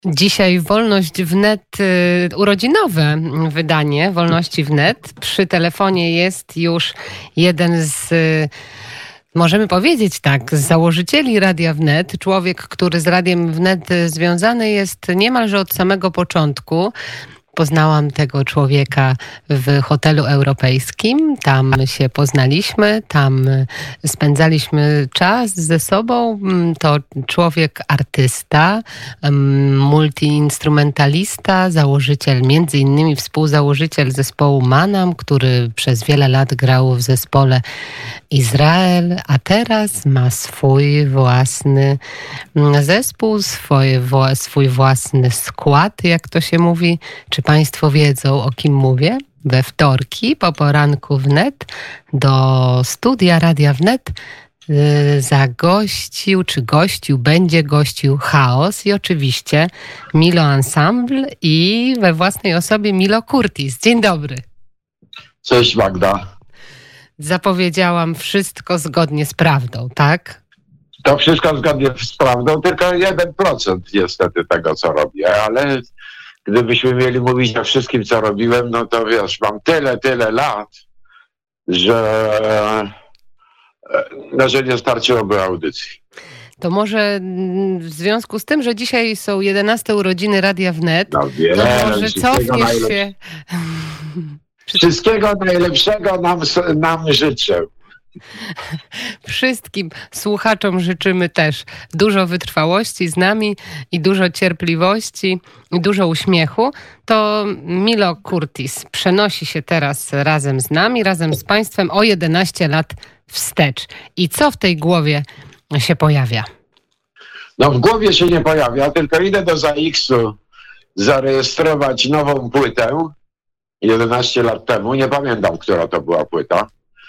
Dzisiaj Wolność Wnet, urodzinowe wydanie Wolności Wnet. Przy telefonie jest już jeden z, możemy powiedzieć tak, z założycieli Radia Wnet. Człowiek, który z Radiem Wnet związany jest niemalże od samego początku. Poznałam tego człowieka w hotelu europejskim, tam się poznaliśmy, tam spędzaliśmy czas ze sobą. To człowiek artysta, multiinstrumentalista, założyciel, między innymi współzałożyciel zespołu Manam, który przez wiele lat grał w zespole Izrael, a teraz ma swój własny zespół, swój własny skład, jak to się mówi. Czy Państwo wiedzą, o kim mówię? We wtorki po poranku Wnet do studia Radia Wnet będzie gościł Chaos i oczywiście Milo Ensemble i we własnej osobie Milo Curtis. Dzień dobry. Cześć Magda. Zapowiedziałam wszystko zgodnie z prawdą, tak? To wszystko zgodnie z prawdą, tylko 1% niestety tego, co robię, ale gdybyśmy mieli mówić o wszystkim, co robiłem, no to wiesz, mam tyle lat, że nie starczyłoby audycji. To może w związku z tym, że dzisiaj są 11 urodziny Radia Wnet, no wiem, to może cofniesz się... Wszystkiego najlepszego nam życzę. Wszystkim słuchaczom życzymy też dużo wytrwałości z nami i dużo cierpliwości i dużo uśmiechu. To Milo Curtis przenosi się teraz razem z nami, razem z Państwem o 11 lat wstecz. I co w tej głowie się pojawia? No w głowie się nie pojawia, tylko idę do ZAX-u zarejestrować nową płytę 11 lat temu. Nie pamiętam, która to była płyta.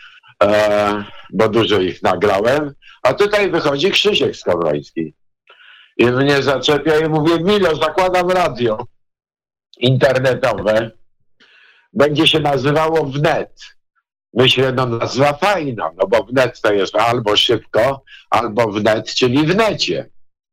Bo dużo ich nagrałem, a tutaj wychodzi Krzysiek Skowroński i mnie zaczepia i mówi: Milo, zakładam radio internetowe, będzie się nazywało Wnet. Myślę, no nazwa fajna, no bo Wnet to jest albo szybko, albo Wnet, czyli w necie,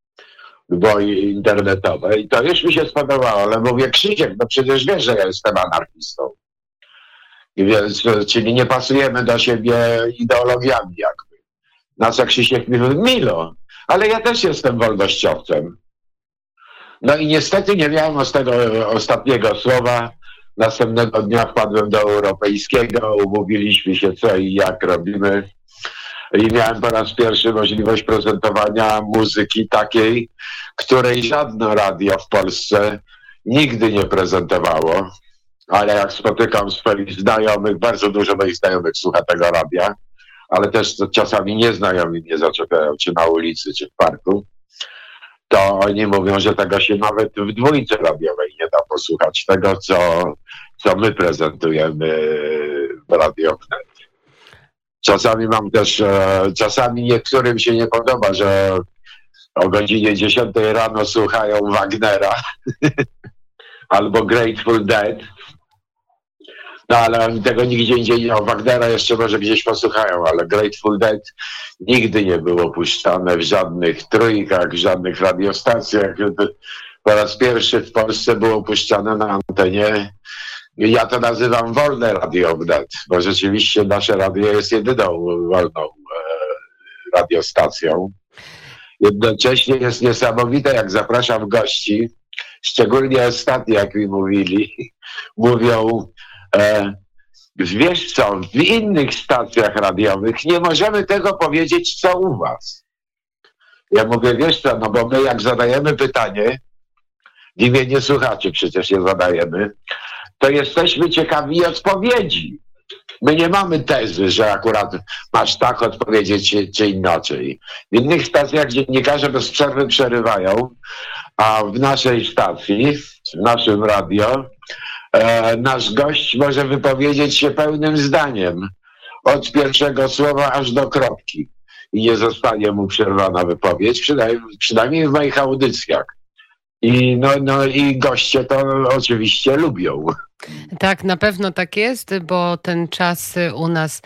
bo internetowe, i to już mi się spodobało, ale mówię: Krzysiek, no przecież wiesz, że ja jestem anarchistą. Więc, czyli nie pasujemy do siebie ideologiami jakby. Na co Krzysiek mi mówi: Milo, ale ja też jestem wolnościowcem. No i niestety nie miałem z tego ostatniego słowa. Następnego dnia wpadłem do europejskiego, umówiliśmy się co i jak robimy. I miałem po raz pierwszy możliwość prezentowania muzyki takiej, której żadne radio w Polsce nigdy nie prezentowało. Ale jak spotykam swoich znajomych, bardzo dużo moich znajomych słucha tego radia, ale też czasami nieznajomi mnie zaczepiają, czy na ulicy, czy w parku, to oni mówią, że tego się nawet w dwójce radiowej nie da posłuchać, tego, co my prezentujemy w Radio Wnet. Czasami mam też, czasami niektórym się nie podoba, że o godzinie 10 rano słuchają Wagnera albo Grateful Dead. No ale tego nigdzie indziej nie. O Wagnera jeszcze może gdzieś posłuchają, ale Grateful Dead nigdy nie było puszczane w żadnych trójkach, w żadnych radiostacjach. Po raz pierwszy w Polsce było puszczane na antenie. Ja to nazywam wolne Radio Wnet, bo rzeczywiście nasze radio jest jedyną wolną radiostacją. Jednocześnie jest niesamowite, jak zapraszam gości, szczególnie ostatni, jak mi mówią: wiesz co, w innych stacjach radiowych nie możemy tego powiedzieć, co u was. Ja mówię: wiesz co, no bo my jak zadajemy pytanie, w imieniu słuchaczy przecież je zadajemy, to jesteśmy ciekawi odpowiedzi. My nie mamy tezy, że akurat masz tak odpowiedzieć, czy inaczej. W innych stacjach dziennikarze bez przerwy przerywają, a w naszej stacji, w naszym radio, nasz gość może wypowiedzieć się pełnym zdaniem od pierwszego słowa aż do kropki i nie zostanie mu przerwana wypowiedź, przynajmniej w moich audycjach. I goście to oczywiście lubią. Tak, na pewno tak jest, bo ten czas u nas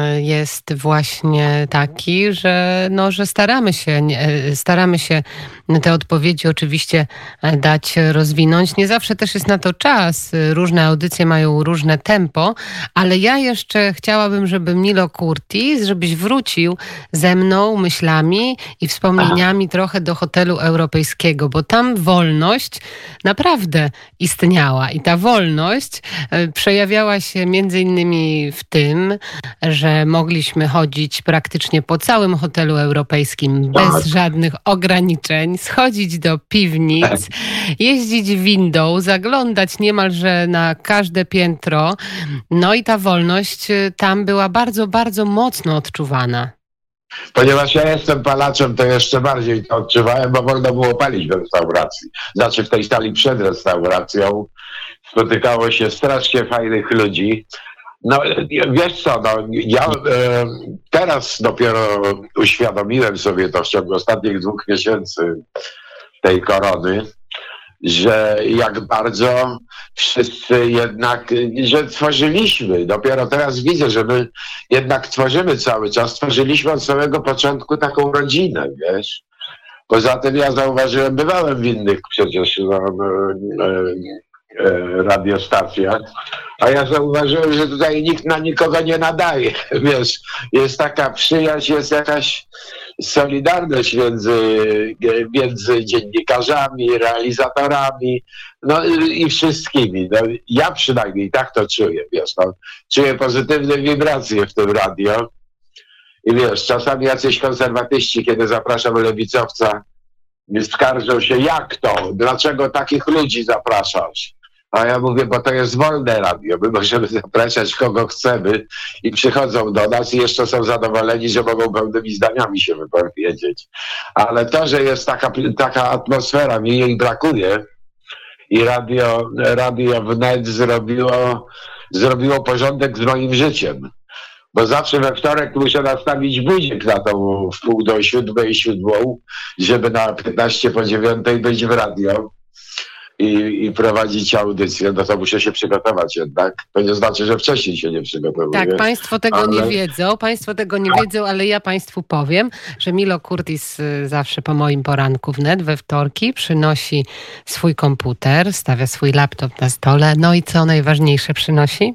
jest właśnie taki, że staramy się te odpowiedzi oczywiście dać rozwinąć. Nie zawsze też jest na to czas. Różne audycje mają różne tempo, ale ja jeszcze chciałabym, żeby Milo Kurtis, żebyś wrócił ze mną myślami i wspomnieniami trochę do hotelu europejskiego, bo tam wolność naprawdę istniała i ta wolność przejawiała się między innymi w tym, że mogliśmy chodzić praktycznie po całym hotelu europejskim bez żadnych ograniczeń, schodzić do piwnic, jeździć windą, zaglądać niemalże na każde piętro. No i ta wolność tam była bardzo, bardzo mocno odczuwana. Ponieważ ja jestem palaczem, to jeszcze bardziej to odczuwałem, bo wolno było palić w restauracji. Znaczy w tej sali przed restauracją spotykało się strasznie fajnych ludzi. No wiesz co, ja teraz dopiero uświadomiłem sobie to w ciągu ostatnich 2 miesięcy tej korony, że jak bardzo wszyscy jednak, że tworzyliśmy. Dopiero teraz widzę, że my jednak tworzymy cały czas. Tworzyliśmy od samego początku taką rodzinę, wiesz. Poza tym ja zauważyłem, bywałem w innych przecież radiostacjach, a ja zauważyłem, że tutaj nikt na nikogo nie nadaje, wiesz, jest taka przyjaźń, jest jakaś solidarność między dziennikarzami, realizatorami, no i wszystkimi. No, ja przynajmniej tak to czuję, wiesz, no, czuję pozytywne wibracje w tym radio i wiesz, czasami jacyś konserwatyści, kiedy zapraszam lewicowca, skarżą się, jak to, dlaczego takich ludzi zapraszasz? A ja mówię, bo to jest wolne radio, my możemy zapraszać kogo chcemy i przychodzą do nas i jeszcze są zadowoleni, że mogą pełnymi zdaniami się wypowiedzieć. Ale to, że jest taka atmosfera, mi jej brakuje i radio wnet zrobiło porządek z moim życiem. Bo zawsze we wtorek muszę nastawić budzik na tą w 6:30, żeby na 8:45 być w radio i prowadzić audycję, no to muszę się przygotować jednak. To nie znaczy, że wcześniej się nie przygotowuję. Tak, Państwo tego nie wiedzą, ale ja Państwu powiem, że Milo Kurtis zawsze po moim poranku wnet we wtorki przynosi swój komputer, stawia swój laptop na stole, no i co najważniejsze przynosi?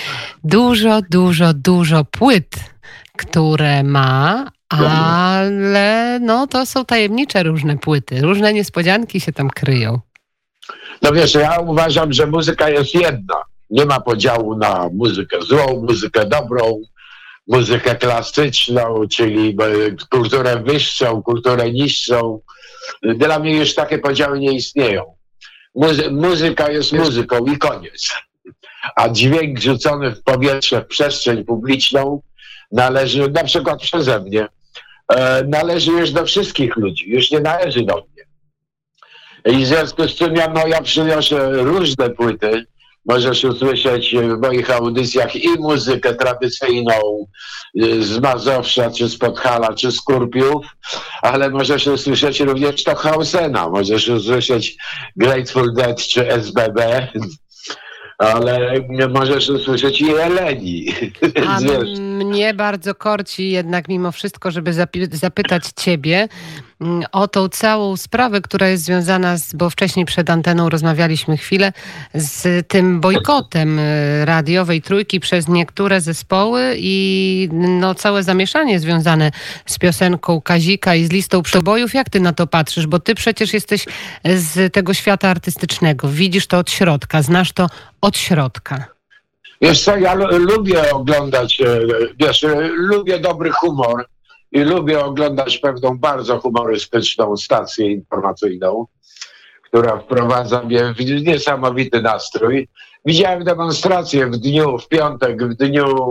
Dużo płyt, które ma, ale no to są tajemnicze różne płyty, różne niespodzianki się tam kryją. No wiesz, ja uważam, że muzyka jest jedna. Nie ma podziału na muzykę złą, muzykę dobrą, muzykę klasyczną, czyli kulturę wyższą, kulturę niższą. Dla mnie już takie podziały nie istnieją. Muzyka jest muzyką i koniec. A dźwięk rzucony w powietrze, w przestrzeń publiczną należy, na przykład przeze mnie, należy już do wszystkich ludzi, już nie należy do mnie. I w związku z tym ja przynoszę różne płyty. Możesz usłyszeć w moich audycjach i muzykę tradycyjną z Mazowsza, czy z Podhala, czy z Kurpiów, ale możesz usłyszeć również Stockhaussena, możesz usłyszeć Grateful Dead, czy SBB, ale możesz usłyszeć i Eleni. A mnie bardzo korci jednak mimo wszystko, żeby zapytać Ciebie o tą całą sprawę, która jest związana bo wcześniej przed anteną rozmawialiśmy chwilę, z tym bojkotem radiowej trójki przez niektóre zespoły i no całe zamieszanie związane z piosenką Kazika i z listą przebojów. Jak ty na to patrzysz? Bo ty przecież jesteś z tego świata artystycznego. Widzisz to od środka, znasz to od środka. Wiesz co, ja lubię oglądać, lubię dobry humor i lubię oglądać pewną bardzo humorystyczną stację informacyjną, która wprowadza mnie w niesamowity nastrój. Widziałem demonstrację w piątek, w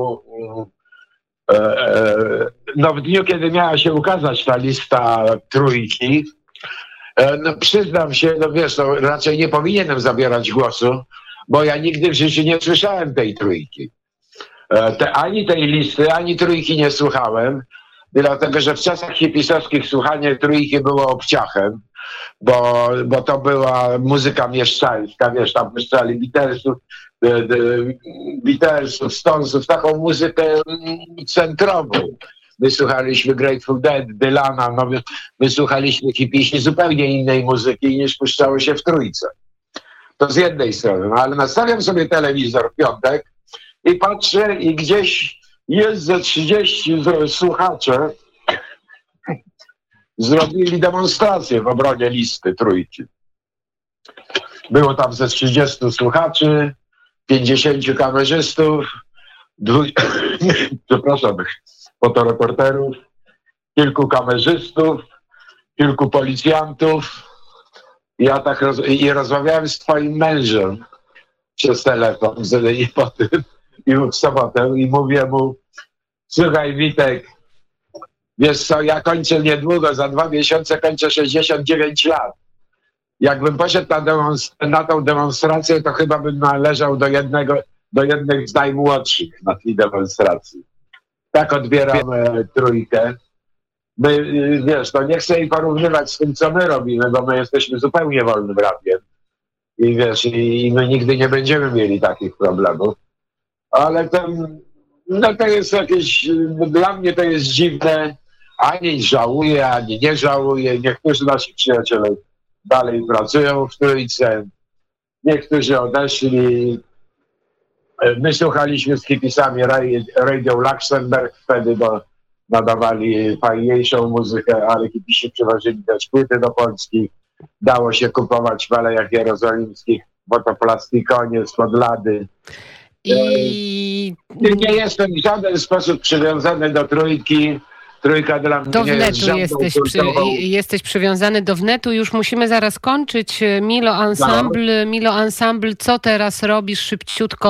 dniu, kiedy miała się ukazać ta lista trójki. No, przyznam się, raczej nie powinienem zabierać głosu, bo ja nigdy w życiu nie słyszałem tej trójki. Ani tej listy, ani trójki nie słuchałem, dlatego że w czasach hipisowskich słuchanie trójki było obciachem, bo to była muzyka mieszczańska, wiesz, tam puszczali Beatlesów, Stonesów, taką muzykę centrową. my słuchaliśmy Grateful Dead, Dylana, no my słuchaliśmy pieśni zupełnie innej muzyki niż puszczało się w Trójce. To z jednej strony, no ale nastawiam sobie telewizor w piątek i patrzę i gdzieś jest ze 30 słuchaczy zrobili demonstrację w obronie listy Trójki. Było tam ze 30 słuchaczy, 50 kamerzystów, przepraszam, fotoreporterów, kilku kamerzystów, kilku policjantów. Ja tak rozmawiałem z twoim mężem przez telefon i potem i w sobotę i mówię mu: słuchaj Witek, wiesz co, ja kończę niedługo, za 2 miesiące kończę 69 lat. Jakbym poszedł na tą demonstrację, to chyba bym należał do jednych z najmłodszych na tej demonstracji. Tak odbieram Trójkę. My, wiesz, to nie chcę jej porównywać z tym, co my robimy, bo my jesteśmy zupełnie wolnym radiem. I wiesz, i my nigdy nie będziemy mieli takich problemów. Ale to jest jakieś, dla mnie to jest dziwne. Ani żałuję, ani nie żałuję. Niektórzy nasi przyjaciele dalej pracują w Trójce. Niektórzy odeszli. My słuchaliśmy z hipisami Radio Luxemburg wtedy, bo nadawali fajniejszą muzykę, ale hipisi przywozili też płyty do Polski. Dało się kupować w Alejach Jerozolimskich, bo to plastikonie spod lady. Nie jestem w żaden sposób przywiązany do Trójki. Trójka dla mnie do wnetu jesteś przywiązany do wnetu. Już musimy zaraz kończyć. Milo Ensemble, co teraz robisz szybciutko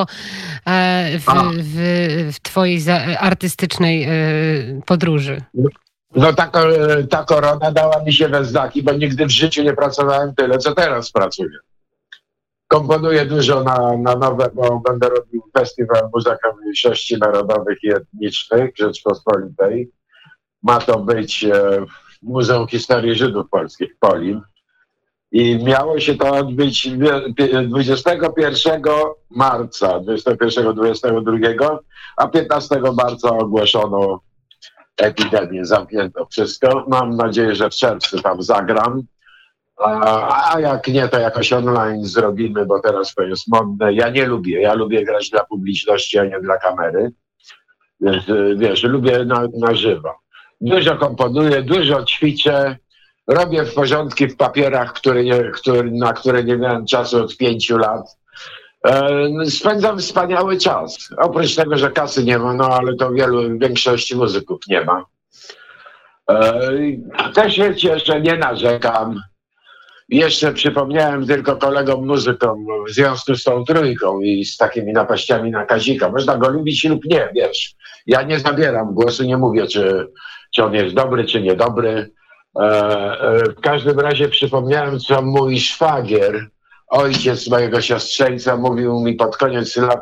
w twojej artystycznej podróży? No ta korona dała mi się we znaki, bo nigdy w życiu nie pracowałem tyle, co teraz pracuję. Komponuję dużo na nowe, bo będę robił festiwal muzyki mniejszości narodowych i etnicznych w Rzeczpospolitej. Ma to być Muzeum Historii Żydów Polskich w Polim. I miało się to odbyć 21 marca, 21-22, a 15 marca ogłoszono epidemię, zamknięto wszystko. Mam nadzieję, że w czerwcu tam zagram. A jak nie, to jakoś online zrobimy, bo teraz to jest modne. Ja lubię grać dla publiczności, a nie dla kamery. Więc wiesz, lubię na żywo. Dużo komponuję, dużo ćwiczę, robię porządki w papierach, na które nie miałem czasu od 5 lat. Spędzam wspaniały czas. Oprócz tego, że kasy nie ma, no ale to większości muzyków nie ma. Też się cieszę, nie narzekam. Jeszcze przypomniałem tylko kolegom muzykom w związku z tą Trójką i z takimi napaściami na Kazika. Można go lubić lub nie, wiesz. Ja nie zabieram głosu, nie mówię, czy on jest dobry, czy niedobry. W każdym razie przypomniałem, co mój szwagier, ojciec mojego siostrzeńca, mówił mi pod koniec lat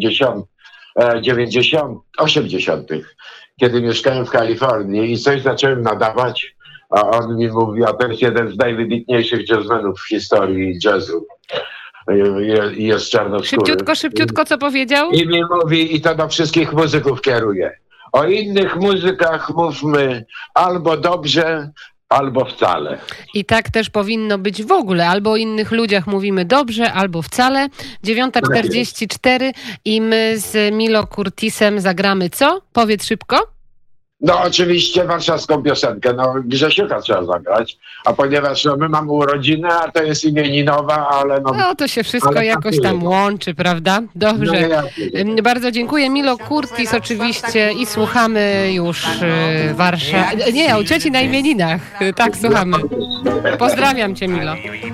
80., kiedy mieszkałem w Kalifornii i coś zacząłem nadawać, a on mi mówi, a to jest jeden z najwybitniejszych jazzmenów w historii jazzu. Jest czarnoskóry. Szybciutko, co powiedział? I mi mówi, i to do wszystkich muzyków kieruje. O innych muzykach mówmy albo dobrze, albo wcale. I tak też powinno być w ogóle. Albo o innych ludziach mówimy dobrze, albo wcale. 9:44 i my z Milo Curtisem zagramy co? Powiedz szybko. No oczywiście warszawską piosenkę, no Grzesiuka trzeba zagrać, a ponieważ my mamy urodziny, a to jest imieninowa, ale no to się wszystko jakoś tam łączy, prawda? Dobrze. No, bardzo dziękuję. Milo Curtis oczywiście i słuchamy już Warszawy. Nie, u cioci na imieninach. Tak, słuchamy. Pozdrawiam cię, Milo.